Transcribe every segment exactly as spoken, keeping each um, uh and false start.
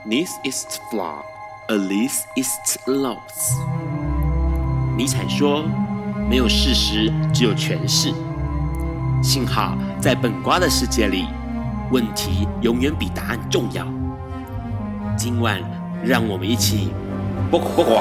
This is flaw, Alice is lost。 尼采说，没有事实，只有诠释。幸好在本瓜的世界里，问题永远比答案重要。今晚让我们一起不不不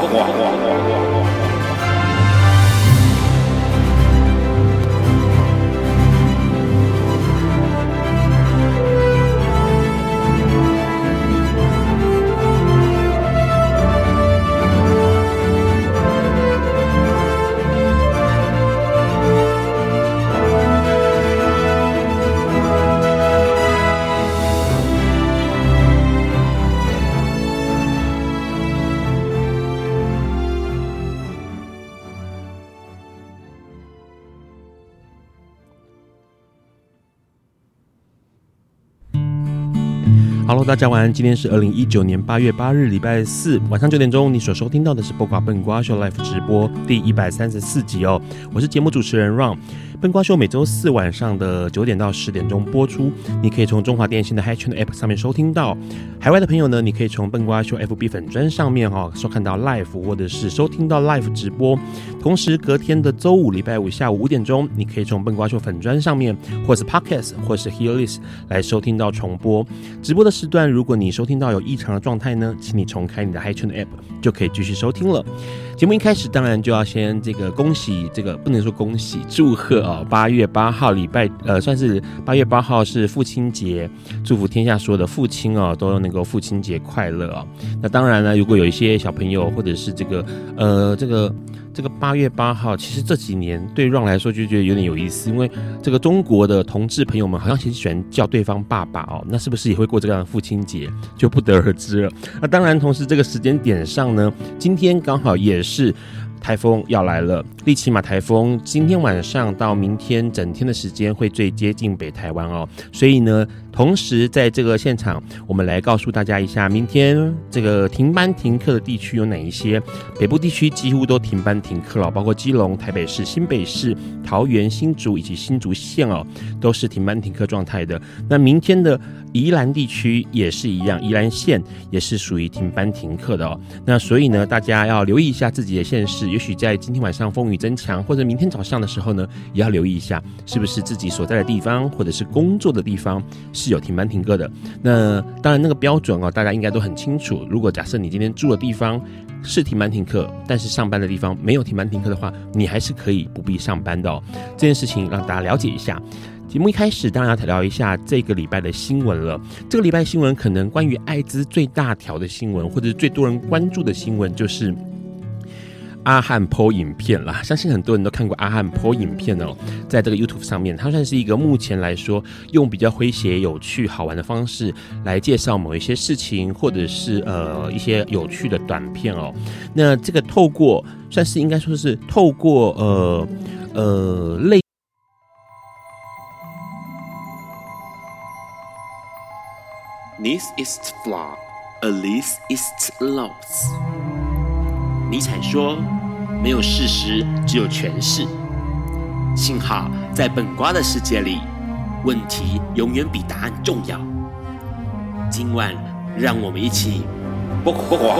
Hello， 大家晚安。今天是二零一九年八月八日，礼拜四晚上九点钟。你所收听到的是播瓜笨瓜秀 Live 直播第一百三十四集哦。我是节目主持人 Ron。笨瓜秀每周四晚上的九点到十点钟播出，你可以从中华电信的 HiChannel App 上面收听到。海外的朋友呢，你可以从笨瓜秀 F B 粉专上面哈、哦、收看到 Live 或者是收听到 Live 直播。同时，隔天的周五礼拜五下午五点钟，你可以从笨瓜秀粉专上面，或是 Podcast 或是 Hearlist 来收听到重播。直播的时段，如果你收听到有异常的状态呢，请你重开你的 HiChannel App 就可以继续收听了。节目一开始当然就要先这个恭喜，这个不能说恭喜，祝贺哦，八月八号礼拜呃算是八月八号是父亲节，祝福天下所有的父亲哦都能够父亲节快乐哦。那当然呢，如果有一些小朋友或者是这个呃这个。这个八月八号，其实这几年对 Ron 来说就觉得有点有意思，因为这个中国的同志朋友们好像其实喜欢叫对方爸爸哦，那是不是也会过这样的父亲节，就不得而知了。那当然，同时这个时间点上呢，今天刚好也是台风要来了，利奇马台风今天晚上到明天整天的时间会最接近北台湾哦，所以呢，同时在这个现场，我们来告诉大家一下，明天这个停班停课的地区有哪一些？北部地区几乎都停班停课了，包括基隆、台北市、新北市、桃园、新竹以及新竹县哦，都是停班停课状态的。那明天的宜兰地区也是一样，宜兰县也是属于停班停课的哦。那所以呢，大家要留意一下自己的县市，也许在今天晚上风雨增强，或者明天早上的时候呢，也要留意一下，是不是自己所在的地方或者是工作的地方是有停班停课的。那当然那个标准哦，大家应该都很清楚。如果假设你今天住的地方是停班停课，但是上班的地方没有停班停课的话，你还是可以不必上班的哦。这件事情让大家了解一下。节目一开始当然要聊一下这个礼拜的新闻了。这个礼拜新闻可能关于艾滋最大条的新闻，或者是最多人关注的新闻，就是阿汉 po 影片啦，相信很多人都看过阿汉 po 影片哦，在这个 YouTube 上面，它算是一个目前来说用比较诙谐、有趣、好玩的方式来介绍某一些事情，或者是呃一些有趣的短片哦。那这个透过算是应该说是透过呃呃类。 This is flaw, Alice is lost。尼采说，没有事实，只有诠释。幸好在本瓜的世界里，问题永远比答案重要。今晚让我们一起不不不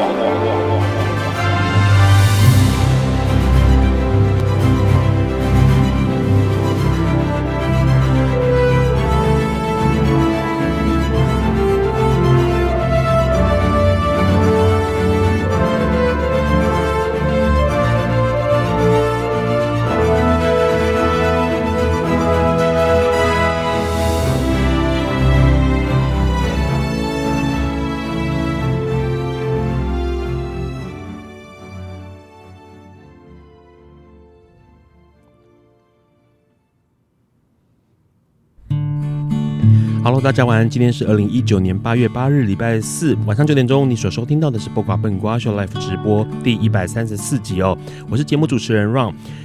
Hello， 大家晚安。今天是二零一九年八月八日，礼拜四晚上九点钟。你所收听到的是播瓜笨瓜秀 Live 直播第一百三十四集哦。我是节目主持人 Ron。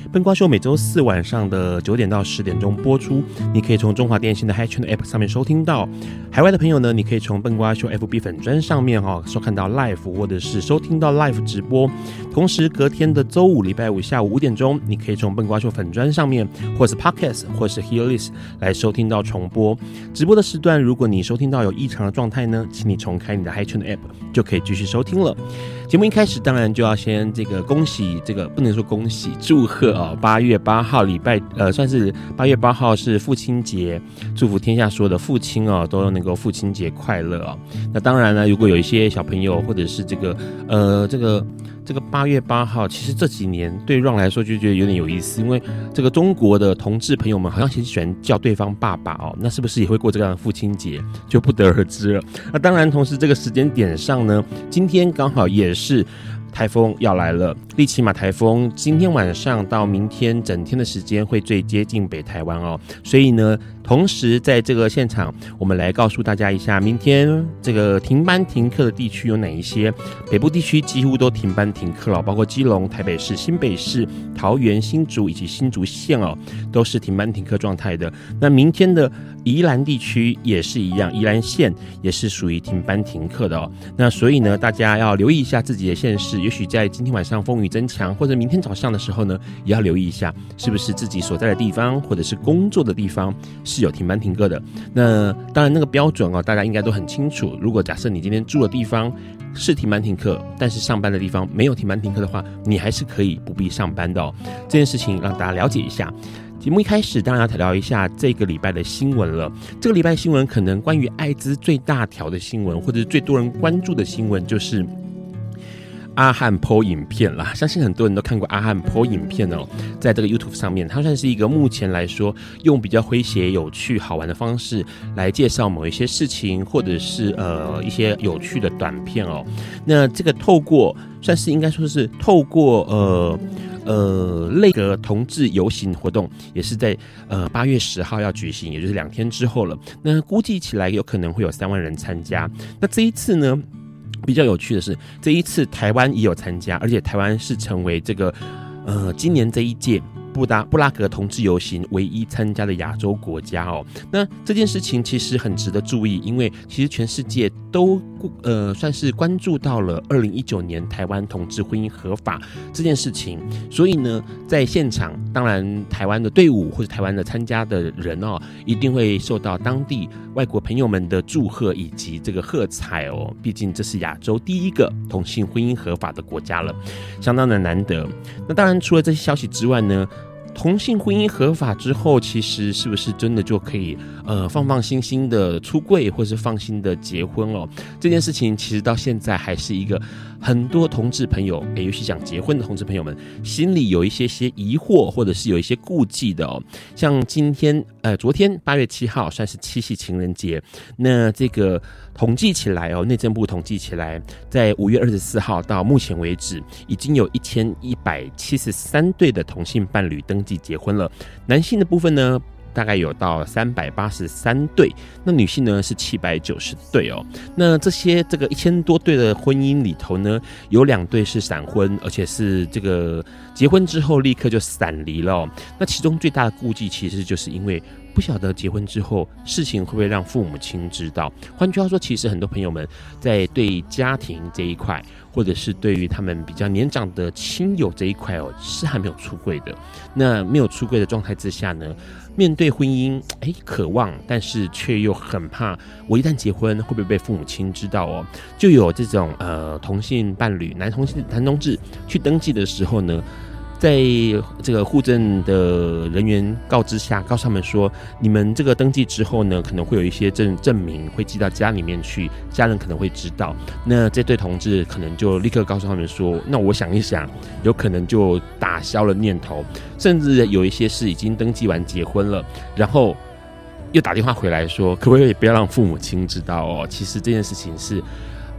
笨瓜秀每周四晚上的九点到十点钟播出，你可以从中华电信的 HiChannel App 上面收听到。海外的朋友呢，你可以从笨瓜秀 F B 粉专上面哈、哦、收看到 Live 或者是收听到 Live 直播。同时隔天的周五礼拜五下午五点钟，你可以从笨瓜秀粉专上面，或是 Podcast 或是 Hearlist 来收听到重播。直播的时段，如果你收听到有异常的状态呢，请你重开你的 HiChannel App 就可以继续收听了。节目一开始当然就要先这个恭喜，这个不能说恭喜，祝贺啊、哦！八月八号礼拜呃，算是八月八号是父亲节，祝福天下所有的父亲哦都能够父亲节快乐啊、哦！那当然呢，如果有一些小朋友或者是这个呃这个。这个八月八号，其实这几年对 Ron 来说就觉得有点有意思，因为这个中国的同志朋友们好像其实喜欢叫对方爸爸哦，那是不是也会过这样的父亲节，就不得而知了。那当然，同时这个时间点上呢，今天刚好也是台风要来了，利奇马台风今天晚上到明天整天的时间会最接近北台湾哦，所以呢，同时在这个现场，我们来告诉大家一下，明天这个停班停课的地区有哪一些？北部地区几乎都停班停课了，包括基隆、台北市、新北市、桃园、新竹以及新竹县哦，都是停班停课状态的。那明天的宜兰地区也是一样，宜兰县也是属于停班停课的哦。那所以呢，大家要留意一下自己的县市，也许在今天晚上风雨增强，或者明天早上的时候呢，也要留意一下，是不是自己所在的地方或者是工作的地方是有停班停课的。那当然那个标准哦，大家应该都很清楚。如果假设你今天住的地方是停班停课，但是上班的地方没有停班停课的话，你还是可以不必上班的哦。这件事情让大家了解一下。节目一开始当然要聊一下这个礼拜的新闻了。这个礼拜新闻可能关于艾滋最大条的新闻，或者是最多人关注的新闻，就是阿汉 po 影片啦，相信很多人都看过阿汉 po 影片哦，在这个 YouTube 上面，它算是一个目前来说用比较诙谐、有趣、好玩的方式来介绍某一些事情，或者是呃一些有趣的短片哦。那这个透过算是应该说是透过呃。呃，那个同志游行活动也是在呃八月十号要举行，也就是两天之后了。那估计起来有可能会有三万人参加。那这一次呢，比较有趣的是，这一次台湾也有参加，而且台湾是成为这个呃今年这一届布达布拉格同志游行唯一参加的亚洲国家哦。那这件事情其实很值得注意，因为其实全世界都呃算是关注到了二零一九年台湾同志婚姻合法这件事情，所以呢，在现场当然台湾的队伍或者台湾的参加的人哦，一定会受到当地外国朋友们的祝贺以及这个喝彩哦。毕竟这是亚洲第一个同性婚姻合法的国家了，相当的难得。那当然除了这些消息之外呢，同性婚姻合法之后，其实是不是真的就可以呃放放心心的出柜，或是放心的结婚哦？这件事情其实到现在还是一个很多同志朋友，诶，尤其想结婚的同志朋友们心里有一些些疑惑，或者是有一些顾忌的哦。像今天呃昨天八月七号算是七夕情人节，那这个统计起来哦，内政部统计起来，在五月二十四号到目前为止，已经有一千一百七十三对的同性伴侣登记结婚了。男性的部分呢，大概有到三百八十三对，那女性呢是七百九十对哦。那这些这个一千多对的婚姻里头呢，有两对是闪婚，而且是这个结婚之后立刻就散离了哦。那其中最大的顾忌其实就是因为不晓得结婚之后事情会不会让父母亲知道。换句话说，其实很多朋友们在对家庭这一块，或者是对于他们比较年长的亲友这一块哦，是还没有出柜的。那没有出柜的状态之下呢，面对婚姻，哎，渴望，但是却又很怕，我一旦结婚会不会被父母亲知道哦？就有这种呃同性伴侣，男同性男同志去登记的时候呢，在这个户政的人员告知下，告诉他们说，你们这个登记之后呢，可能会有一些证证明会寄到家里面去，家人可能会知道。那这对同志可能就立刻告诉他们说，那我想一想，有可能就打消了念头，甚至有一些是已经登记完结婚了，然后又打电话回来说，可不可以不要让父母亲知道哦？其实这件事情是。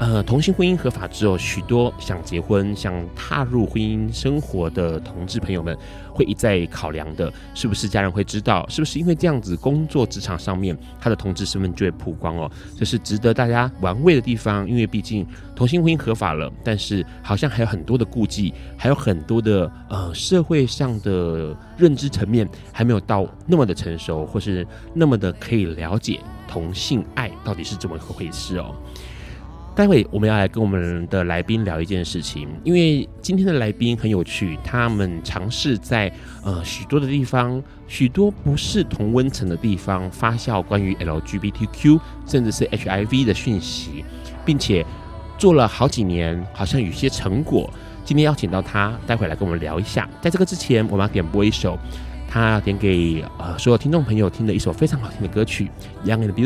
呃，同性婚姻合法之后，许多想结婚、想踏入婚姻生活的同志朋友们，会一再考量的，是不是家人会知道？是不是因为这样子，工作职场上面他的同志身份就会曝光哦？这是值得大家玩味的地方，因为毕竟同性婚姻合法了，但是好像还有很多的顾忌，还有很多的呃社会上的认知层面还没有到那么的成熟，或是那么的可以了解同性爱到底是怎么回事哦。待会我们要来跟我们的来宾聊一件事情，因为今天的来宾很有趣，他们尝试在呃许多的地方，许多不是同温层的地方发酵关于 L G B T Q 甚至是 H I V 的讯息，并且做了好几年，好像有些成果。今天邀请到他，待会来跟我们聊一下。在这个之前，我们要点播一首他点给呃所有听众朋友听的一首非常好听的歌曲《Young and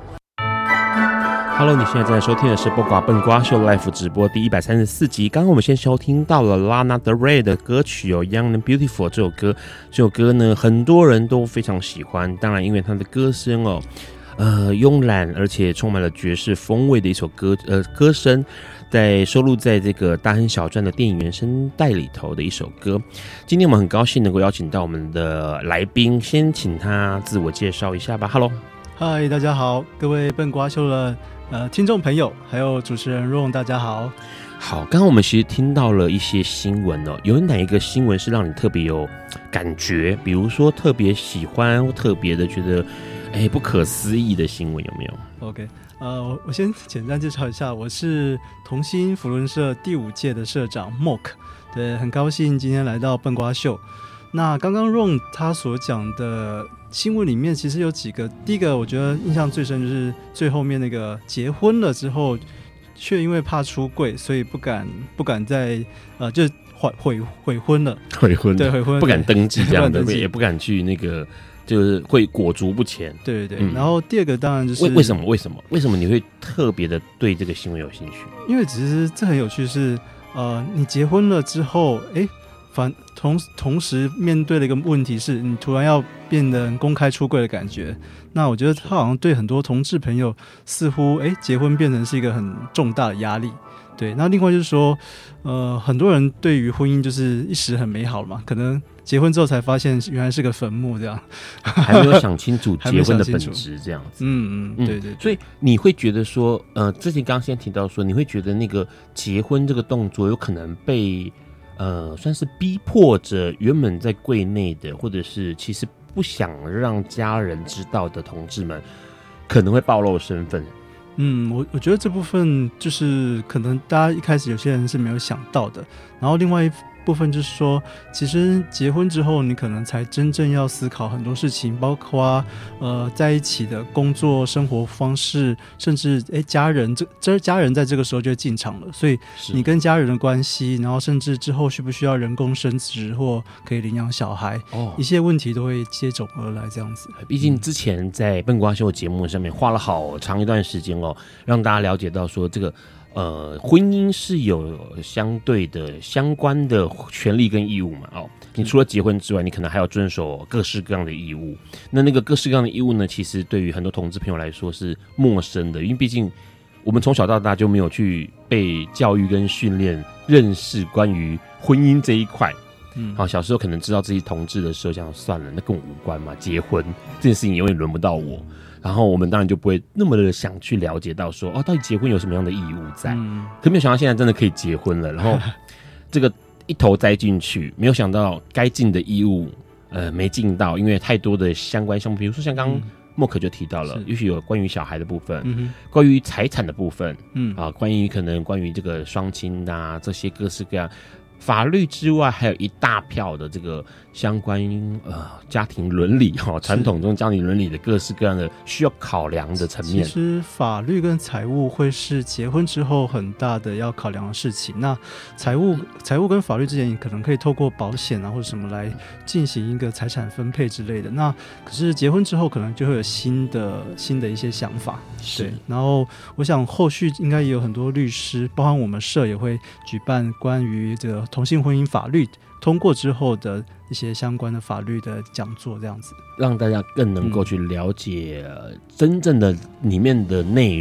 Beautiful》。Hello， 你现在正在收听的是播瓜笨瓜秀 Live 直播第一百三十四集。刚刚我们先收听到了 Lana Del Rey 的歌曲哦，《Young and Beautiful》这首歌，这首歌呢很多人都非常喜欢。当然，因为它的歌声哦，呃，慵懒而且充满了爵士风味的一首歌，呃，歌声。在收录在这个大亨小传的电影原声带里头的一首歌。今天我们很高兴能够邀请到我们的来宾，先请他自我介绍一下吧。Hello， 嗨，大家好，各位笨瓜秀的呃听众朋友，还有主持人 Ron， 大家好。 好，刚刚我们其实听到了一些新闻哦，有哪一个新闻是让你特别有感觉？比如说特别喜欢或特别的觉得哎不可思议的新闻有没有 ？OK。呃，我先简单介绍一下，我是同心扶轮社第五届的社长 Mock， 对，很高兴今天来到笨瓜秀。那刚刚 Ron 他所讲的新闻里面，其实有几个，第一个我觉得印象最深就是最后面那个结婚了之后，却因为怕出柜，所以不敢不敢再呃，就悔悔婚了， 悔婚，对， 悔婚， 不敢登记这样的，也不敢去那个。就是会裹足不前， 对对对、嗯。然后第二个当然就是为为什么为什么为什么你会特别的对这个新闻有兴趣？ 因为其实这很有趣是，呃，你结婚了之后，哎，反同同时面对的一个问题是，你突然要变得公开出柜的感觉。那我觉得他好像对很多同志朋友，似乎哎，结婚变成是一个很重大的压力。对，那另外就是说，呃，很多人对于婚姻就是一时很美好了嘛，可能结婚之后才发现原来是个坟墓，这样还没有想清楚结婚的本质，这样子。 嗯嗯，对 对, 对。 所以你会觉得说，呃，之前刚刚先提到说，你会觉得那个结婚这个动作有可能被呃，算是逼迫着原本在柜内的，或者是其实不想让家人知道的同志们，可能会暴露身份。 嗯，我我觉得这部分就是可能大家一开始有些人是没有想到的，然后另外一部分就是说，其实结婚之后，你可能才真正要思考很多事情，包括呃在一起的工作、生活方式，甚至哎家人这这家人在这个时候就会进场了，所以你跟家人的关系，然后甚至之后需不需要人工生殖或可以领养小孩，哦，一些问题都会接踵而来，这样子。 毕竟之前在笨瓜秀节目上面花了好长一段时间哦，让大家了解到说这个。呃，婚姻是有相对的相关的权利跟义务嘛？哦，你除了结婚之外，你可能还要遵守各式各样的义务。那那个各式各样的义务呢，其实对于很多同志朋友来说是陌生的，因为毕竟我们从小到大就没有去被教育跟训练认识关于婚姻这一块。嗯，好，小时候可能知道自己同志的时候，想算了，那跟我无关嘛，结婚这件事情永远轮不到我。然后我们当然就不会那么的想去了解到说，哦，到底结婚有什么样的义务在？嗯、可没有想到现在真的可以结婚了，然后这个一头栽进去，没有想到该尽的义务，呃，没尽到，因为太多的相关项目，比如说像刚刚默克就提到了，也许有关于小孩的部分，嗯、关于财产的部分，嗯啊，关于可能关于这个双亲啊这些各式各样。法律之外，还有一大票的这个相关呃家庭伦理哈，传统中家庭伦理的各式各样的需要考量的层面。 其实法律跟财务会是结婚之后很大的要考量的事情。那财务财务跟法律之间，你可能可以透过保险啊或者什么来进行一个财产分配之类的。那可是结婚之后，可能就会有新的新的一些想法。对，然后我想后续应该也有很多律师，包含我们社也会举办关于这个同性婚姻法律通过之后的一些相关的法律的讲座，这样子让大家更能够去了解真正的里面的内容，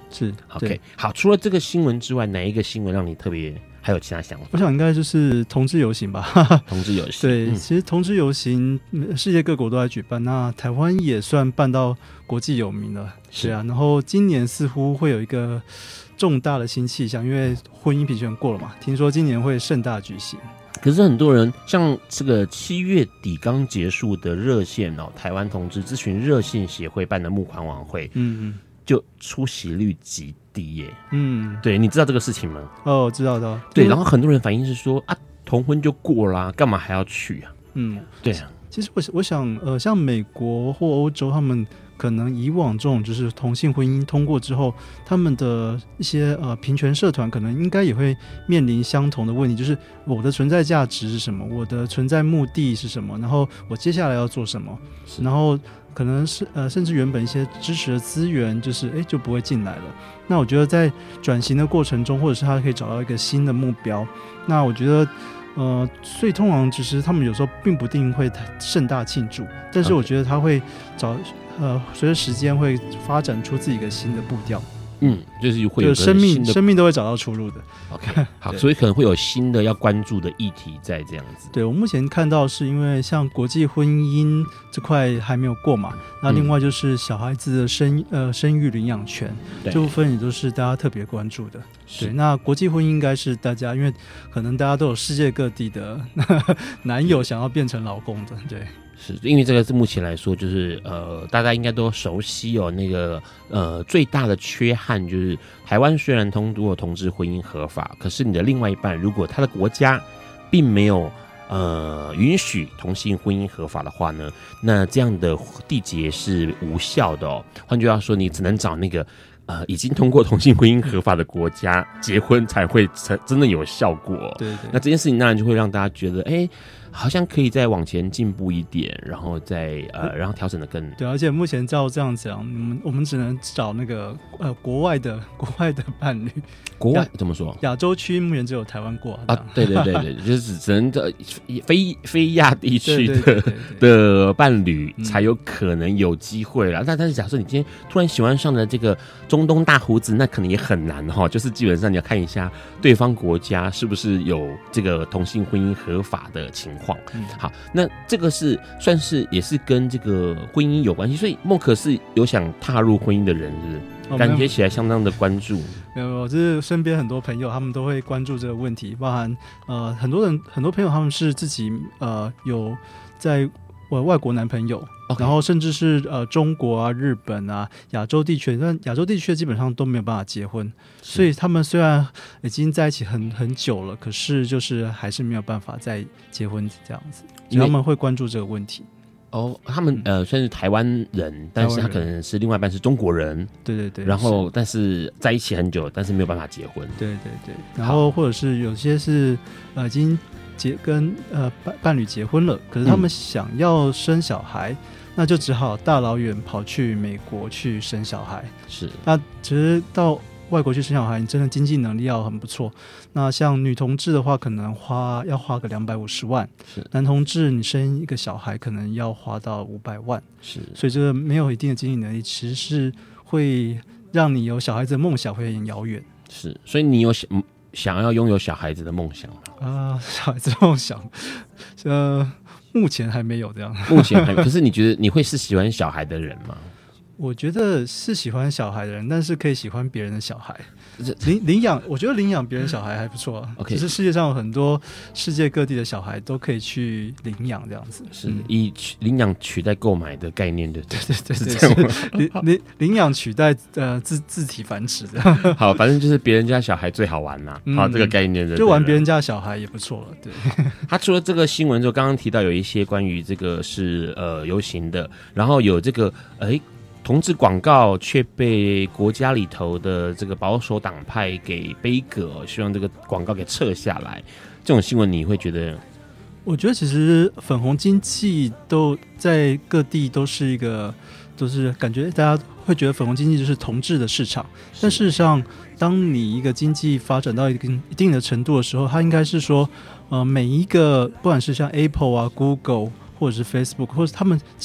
是 OK。好，除了这个新闻之外，哪一个新闻让你特别还有其他想法？ 我想应该就是同志游行吧。 同志游行， 对、 嗯， 其实同志游行世界各国都在举办，那台湾也算办到国际有名了，对啊。然后今年似乎会有一个重大的新气象，因为婚姻平权过了嘛，听说今年会盛大举行。 可是很多人像这个七月底刚结束的热线哦，台湾同志咨询热线协会办的募款晚会， 嗯嗯， 就出席率极低耶。 嗯， 对，你知道这个事情吗？ 哦，知道知道。 对，然后很多人反映是说啊，同婚就过啦，干嘛还要去啊？ 嗯， 对啊。 其实我我想，呃，像美国或欧洲，他们可能以往这种就是同性婚姻通过之后，他们的一些呃平权社团可能应该也会面临相同的问题，就是我的存在价值是什么，我的存在目的是什么，然后我接下来要做什么，然后可能是呃甚至原本一些支持的资源就是哎就不会进来了。那我觉得在转型的过程中，或者是他可以找到一个新的目标，那我觉得。呃，所以通常其实他们有时候并不一定会盛大庆祝，但是我觉得他会找呃，随着时间会发展出自己一个新的步调。 嗯，就是会有就生命生命都会找到出路的。 OK， 好，所以可能会有新的要关注的议题在这样子。 对，我目前看到是因为像国际婚姻这块还没有过嘛，那另外就是小孩子的生呃生育领养权这部分也都是大家特别关注的。对，那国际婚姻应该是大家，因为可能大家都有世界各地的男友想要变成老公的，对。 是因为这个是目前来说，就是呃，大家应该都熟悉哦。那个呃，最大的缺憾就是，台湾虽然通过同志婚姻合法，可是你的另外一半如果他的国家并没有呃允许同性婚姻合法的话呢，那这样的缔结是无效的哦。换句话说，你只能找那个呃已经通过同性婚姻合法的国家结婚才会真的有效果哦。 对对。 那这件事情当然就会让大家觉得，哎。好像可以再往前进步一点，然后再呃，然后调整的更对。而且目前照这样讲，我们我们只能找那个呃国外的国外的伴侣。 国外怎么说？ 亚洲区目前只有台湾过啊。对对对对，就是只能的非非亚地区的对对对对对的伴侣才有可能有机会啦。但、嗯、但是假设你今天突然喜欢上了这个中东大胡子，那可能也很难哈。就是基本上你要看一下对方国家是不是有这个同性婚姻合法的情况。嗯、好，那这个是算是也是跟这个婚姻有关系，所以孟可是有想踏入婚姻的人是不是？哦、感觉起来相当的关注。 没有，没有，就是身边很多朋友他们都会关注这个问题，包含呃很多人很多朋友他们是自己呃有在呃外国男朋友。Okay. 然后甚至是呃中国啊、日本啊、亚洲地区，但亚洲地区基本上都没有办法结婚，所以他们虽然已经在一起很很久了，可是就是还是没有办法再结婚这样子，所以他们会关注这个问题。 哦，他们呃算是台湾人，但是他可能是另外一半是中国人， 对对对， 然后但是在一起很久，但是没有办法结婚， 对对对，然后或者是有些是呃已经结跟呃伴伴侣结婚了，可是他们想要生小孩。嗯，那就只好大老远跑去美国去生小孩。 是， 那其实到外国去生小孩，你真的经济能力要很不错。那像女同志的话，可能花要花个两百五十万；男同志你生一个小孩，可能要花到五百万。 是， 所以这个没有一定的经济能力，其实是会让你有小孩子的梦想会很遥远。 是，所以你有想想要拥有小孩子的梦想吗？ 啊，小孩子的梦想，呃。目前还没有这样， 目前还没有。可是你觉得你会是喜欢小孩的人吗？ 我觉得是喜欢小孩的人，但是可以喜欢别人的小孩。领领养，我觉得领养别人小孩还不错啊。 OK， 其实世界上有很多世界各地的小孩都可以去领养，这样子是、嗯、以领养取代购买的概念的， 对对对对，是这样吗？领领领养取代呃自自体繁殖的。 好，反正就是别人家小孩最好玩啦、啊。好、嗯，这个概念的就玩别人家小孩也不错了。对， 他除了这个新闻之后，刚刚提到有一些关于这个是呃游行的，然后有这个哎。同志广告却被国家里头的这个保守党派给杯葛，希望这个广告给撤下来。这种新闻你会觉得？ 我觉得其实粉红经济都在各地都是一个，都是感觉大家会觉得粉红经济就是同志的市场，但事实上，当你一个经济发展到一定的程度的时候，它应该是说，呃，每一个不管是像 Apple 啊、Google 或者是 Facebook， 或者他们其实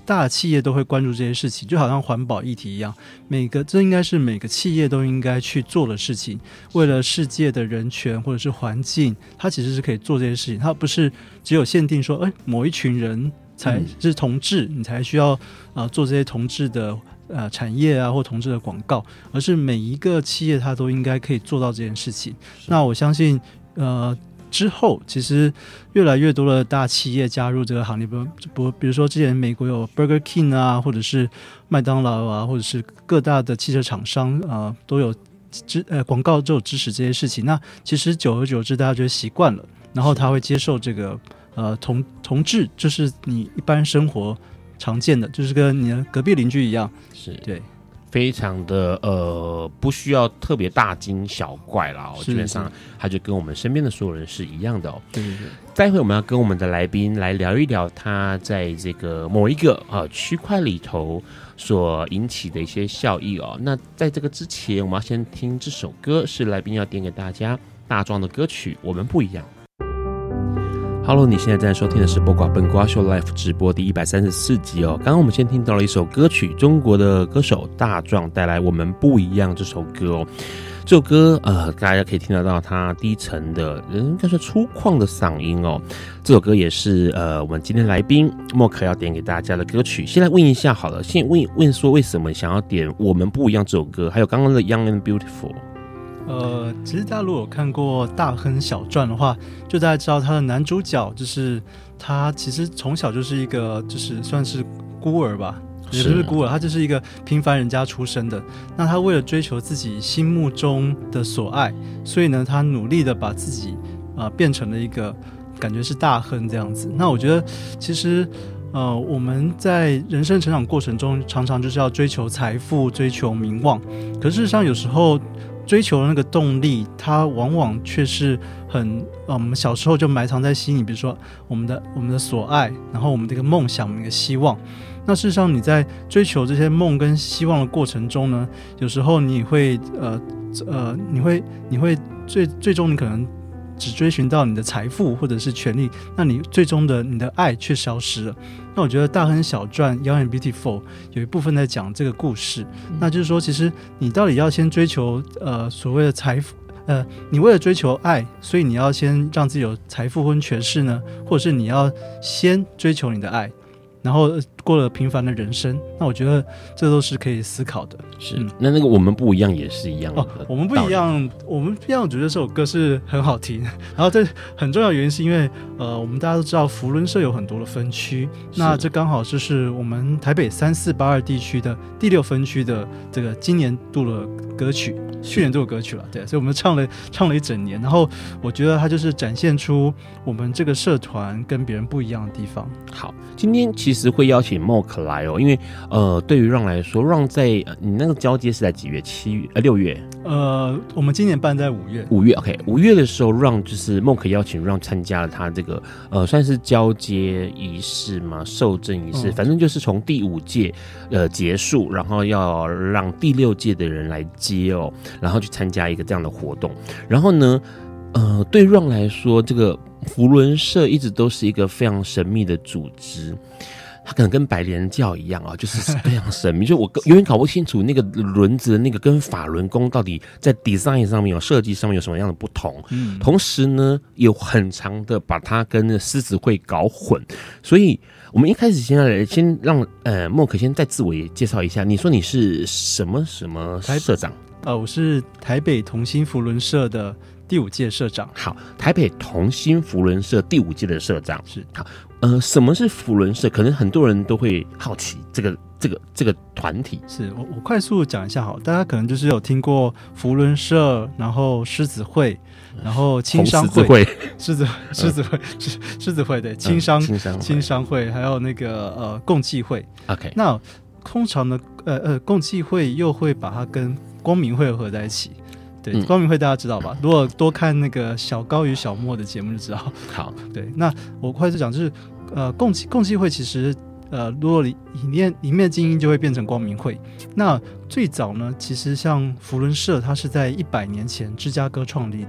大企业都会关注这些事情，就好像环保议题一样，每个这应该是每个企业都应该去做的事情。为了世界的人权或者是环境，它其实是可以做这些事情，它不是只有限定说，哎，某一群人才是同志，嗯、你才需要呃做这些同志的呃产业啊，或同志的广告，而是每一个企业它都应该可以做到这件事情。那我相信，呃。之后，其实越来越多的大企业加入这个行列，不不，比如说之前美国有 Burger King 啊，或者是麦当劳啊，或者是各大的汽车厂商啊、呃，都有支呃广告都有支持这些事情。那其实久而久之，大家就习惯了，然后他会接受这个呃同同志，就是你一般生活常见的，就是跟你的隔壁邻居一样， 是对。 非常的呃，不需要特别大惊小怪啦、哦，基本上他就跟我们身边的所有人是一样的哦。 对对对。 待会我们要跟我们的来宾来聊一聊他在这个某一个啊区块里头所引起的一些效益哦。那在这个之前，我们要先听这首歌，是来宾要点给大家大壮的歌曲《我们不一样》。Hello， 你现在正在收听的是播瓜笨瓜秀 Live 直播第一百三十四集哦。刚刚我们先听到了一首歌曲，中国的歌手大壮带来《我们不一样》这首歌哦。这首歌呃，大家可以听得到他低沉的，应该是粗犷的嗓音哦。这首歌也是呃，我们今天来宾默克要点给大家的歌曲。先来问一下好了，先问问说为什么想要点《我们不一样》这首歌，还有刚刚的《Young and Beautiful》。 呃，其实大家如果有看过《大亨小传》的话，就大家知道他的男主角就是他，其实从小就是一个就是算是孤儿吧，也不是孤儿，他就是一个平凡人家出身的。那他为了追求自己心目中的所爱，所以呢，他努力的把自己呃变成了一个感觉是大亨这样子。那我觉得其实。呃，我们在人生成长过程中，常常就是要追求财富、追求名望，可事实上有时候追求的那个动力，它往往却是很呃，我们小时候就埋藏在心里，比如说我们的我们的所爱，然后我们的一个梦想，我们的一个希望。那事实上，你在追求这些梦跟希望的过程中呢，有时候你会呃呃，你会你会最最终你可能。只追寻到你的财富或者是权利，那你最终的你的爱却消失了。那我觉得《大亨小传》Young and Beautiful 有一部分在讲这个故事，嗯、那就是说，其实你到底要先追求呃所谓的财富，呃，你为了追求爱，所以你要先让自己有财富或权势呢，或者是你要先追求你的爱，然后过了平凡的人生，那我觉得这都是可以思考的。 是，嗯、那那个我们不一样也是一样的。哦， 我们不一样，我们不一样。我觉得这首歌是很好听，然后这很重要的原因是因为，呃，我们大家都知道福伦社有很多的分区，那这刚好就是我们台北三四八二地区的第六分区的这个今年度的歌曲，去年度的歌曲了，对，所以我们唱了唱了一整年，然后我觉得它就是展现出我们这个社团跟别人不一样的地方。 好，今天其实会邀请 Mock 来哦，因为呃，对于 Ron 来说 ，Ron 在、呃、你那个交接是在几月？七月？呃，六月？ 呃，我们今年办在五月。 五月 ，OK， 五月的时候 ，Ron 就是 Mock 邀请 Ron 参加了他这个呃，算是交接仪式嘛，受证仪式，嗯、反正就是从第五届呃结束，然后要让第六届的人来接哦，然后去参加一个这样的活动。然后呢，呃，对 Ron 来说，这个福伦社一直都是一个非常神秘的组织。它可能跟白莲教一样啊，就是非常神秘，就我永远搞不清楚那个轮子的那个跟法轮功到底在 design 上面有设计上面有什么样的不同。嗯，同时呢，有很长的把它跟狮子会搞混，所以我们一开始先来先让呃默克先再自我介绍一下，你说你是什么什么社长？ 呃，我是台北同心福伦社的第五届社长。 好，台北同心福伦社第五届的社长是好。呃，什么是福伦社？可能很多人都会好奇这个这个这个团体。 是我我快速讲一下好，大家可能就是有听过福伦社，然后狮子会，然后青商会，狮子狮子会狮狮子会对青商青商青商会，还有那个呃共济会。 OK， 那通常呢，呃呃共济会又会把它跟光明会合在一起。对，嗯、光明会大家知道吧？如果多看那个小高与小莫的节目就知道。 好， 对，那我快速讲就是，呃，共济共济会其实，呃，如果里面里面精英就会变成光明会。那最早呢，其实像福伦社，它是在一百年前芝加哥创立的。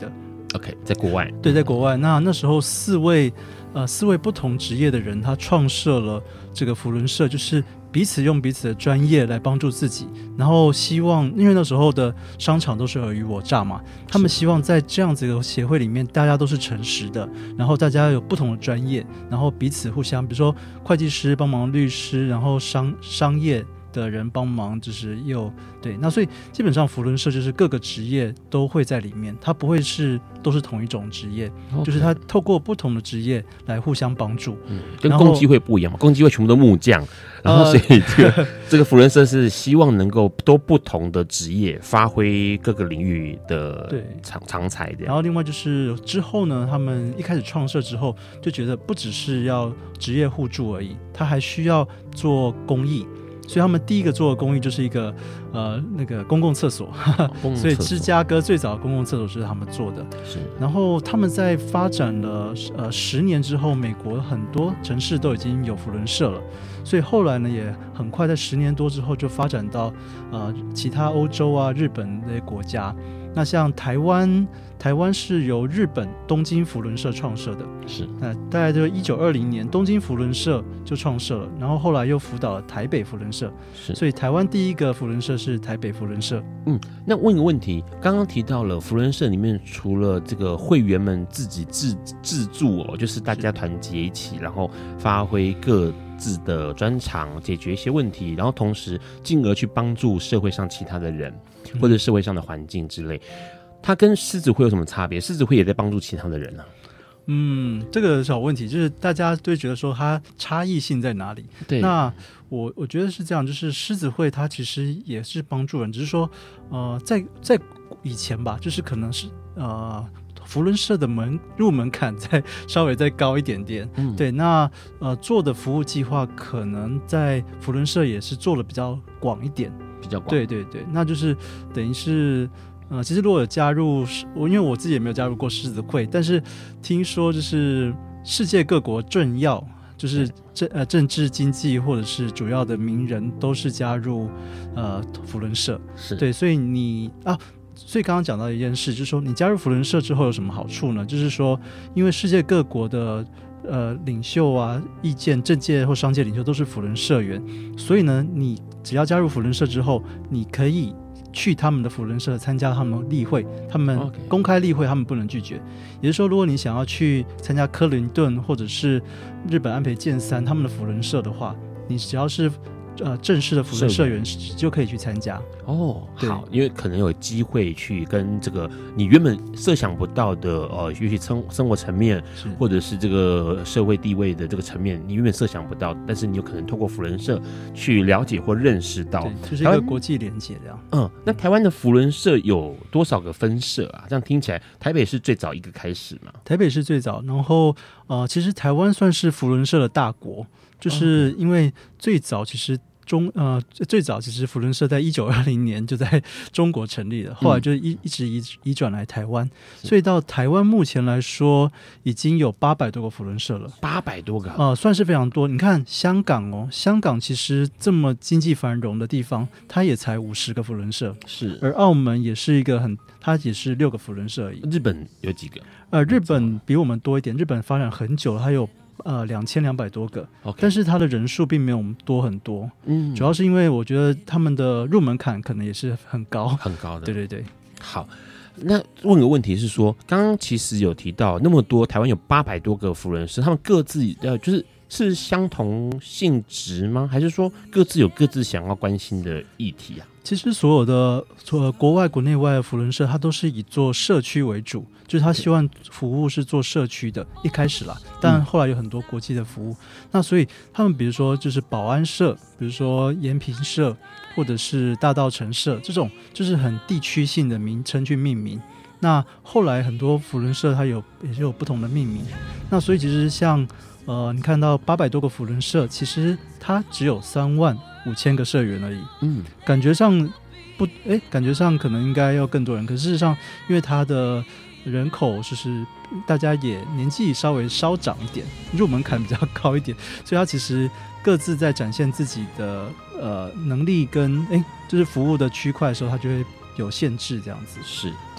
OK， 在国外， 对，在国外。那那时候四位呃四位不同职业的人，他创设了这个扶轮社，就是彼此用彼此的专业来帮助自己，然后希望，因为那时候的商场都是尔虞我诈嘛，他们希望在这样子的协会里面，大家都是诚实的，然后大家有不同的专业，然后彼此互相，比如说会计师帮忙律师，然后商商业的人帮忙，就是又对，那所以基本上扶轮社就是各个职业都会在里面，它不会是都是同一种职业， okay. 就是它透过不同的职业来互相帮助。 嗯，跟公基会不一样嘛，公基会全部都木匠，然后所以这个、呃、这个扶轮社是希望能够都不同的职业发挥各个领域的长长才的。 然后另外就是之后呢，他们一开始创设之后就觉得不只是要职业互助而已，他还需要做公益。所以他们第一个做的公益就是一个呃那个公共厕所，哦、所以芝加哥最早的公共厕所是他们做的。 是， 然后他们在发展了呃十年之后，美国很多城市都已经有扶轮社了，所以后来呢也很快在十年多之后就发展到呃其他欧洲啊、日本这些国家。那像台湾，台湾是由日本东京扶轮社创设的， 是， 那大概就是一九二零年，东京扶轮社就创设了，然后后来又辅导了台北扶轮社， 是， 所以台湾第一个扶轮社是台北扶轮社。 嗯，那问一个问题，刚刚提到了扶轮社里面，除了这个会员们自己自自助哦，就是大家团结一起，然后发挥各自的专长，解决一些问题，然后同时进而去帮助社会上其他的人。或者社会上的环境之类，它跟狮子会有什么差别？狮子会也在帮助其他的人呢、啊？ 嗯，这个小问题就是大家都会觉得说它差异性在哪里？ 对， 那我我觉得是这样，就是狮子会它其实也是帮助人，只是说呃，在在以前吧，就是可能是呃。扶轮社的门入门槛再稍微再高一点点，嗯，对，那呃做的服务计划可能在扶轮社也是做的比较广一点， 比较广， 对对对，那就是等于是呃，其实如果有加入，我因为我自己也没有加入过狮子会，但是听说就是世界各国政要，就是政呃政治经济或者是主要的名人都是加入呃扶轮社， 是对，所以你啊。所以刚刚讲到一件事，就是说你加入扶轮社之后有什么好处呢？就是说，因为世界各国的呃领袖啊、意见、政界或商界领袖都是扶轮社员，所以呢，你只要加入扶轮社之后，你可以去他们的扶轮社参加他们例会，他们公开例会他们不能拒绝。也就是说，如果你想要去参加克林顿或者是日本安倍晋三他们的扶轮社的话，你只要是呃，正式的扶轮社员就可以去参加哦。好，因为可能有机会去跟这个你原本设想不到的呃，也许生生活层面，或者是这个社会地位的这个层面，你原本设想不到，但是你有可能透过扶轮社去了解或认识到， 就是一个国际连结这样。 嗯，那台湾的扶轮社有多少个分社啊？这样听起来，台北是最早一个开始嘛？ 台北是最早，然后呃，其实台湾算是扶轮社的大国。就是因为最早其实中呃最早其实扶轮社在一九二零年就在中国成立了，后来就一一直移移转来台湾，所以到台湾目前来说已经有八百多个扶轮社了， 八百多个呃算是非常多。你看香港哦，香港其实这么经济繁荣的地方，它也才五十个扶轮社， 是，而澳门也是一个很，它也是六个扶轮社而已。 日本有几个？ 呃，日本比我们多一点，日本发展很久了，它有。呃，两千两百多个， okay. 但是它的人数并没有多很多，嗯，主要是因为我觉得他们的入门槛可能也是很高， 很高的， 对对对。 好，那问个问题是说，刚刚其实有提到那么多，台湾有八百多个扶轮社，他们各自呃，就是是相同性质吗？还是说各自有各自想要关心的议题啊？ 其实所有的呃国外国内外的扶轮社，它都是以做社区为主，就是他希望服务是做社区的，一开始啦，但后来有很多国际的服务，嗯、那所以他们比如说就是保安社，比如说延平社，或者是大稻埕社这种，就是很地区性的名称去命名。那后来很多扶轮社它有也是有不同的命名，那所以其实像呃你看到八百多个扶轮社，其实它只有三万五千个社员而已，嗯，感觉上不，哎，感觉上可能应该要更多人，可是事实上，因为它的人口就是大家也年纪稍微稍长一点，入门槛比较高一点，所以它其实各自在展现自己的呃能力跟哎，就是服务的区块的时候，它就会有限制这样子。 是， 对。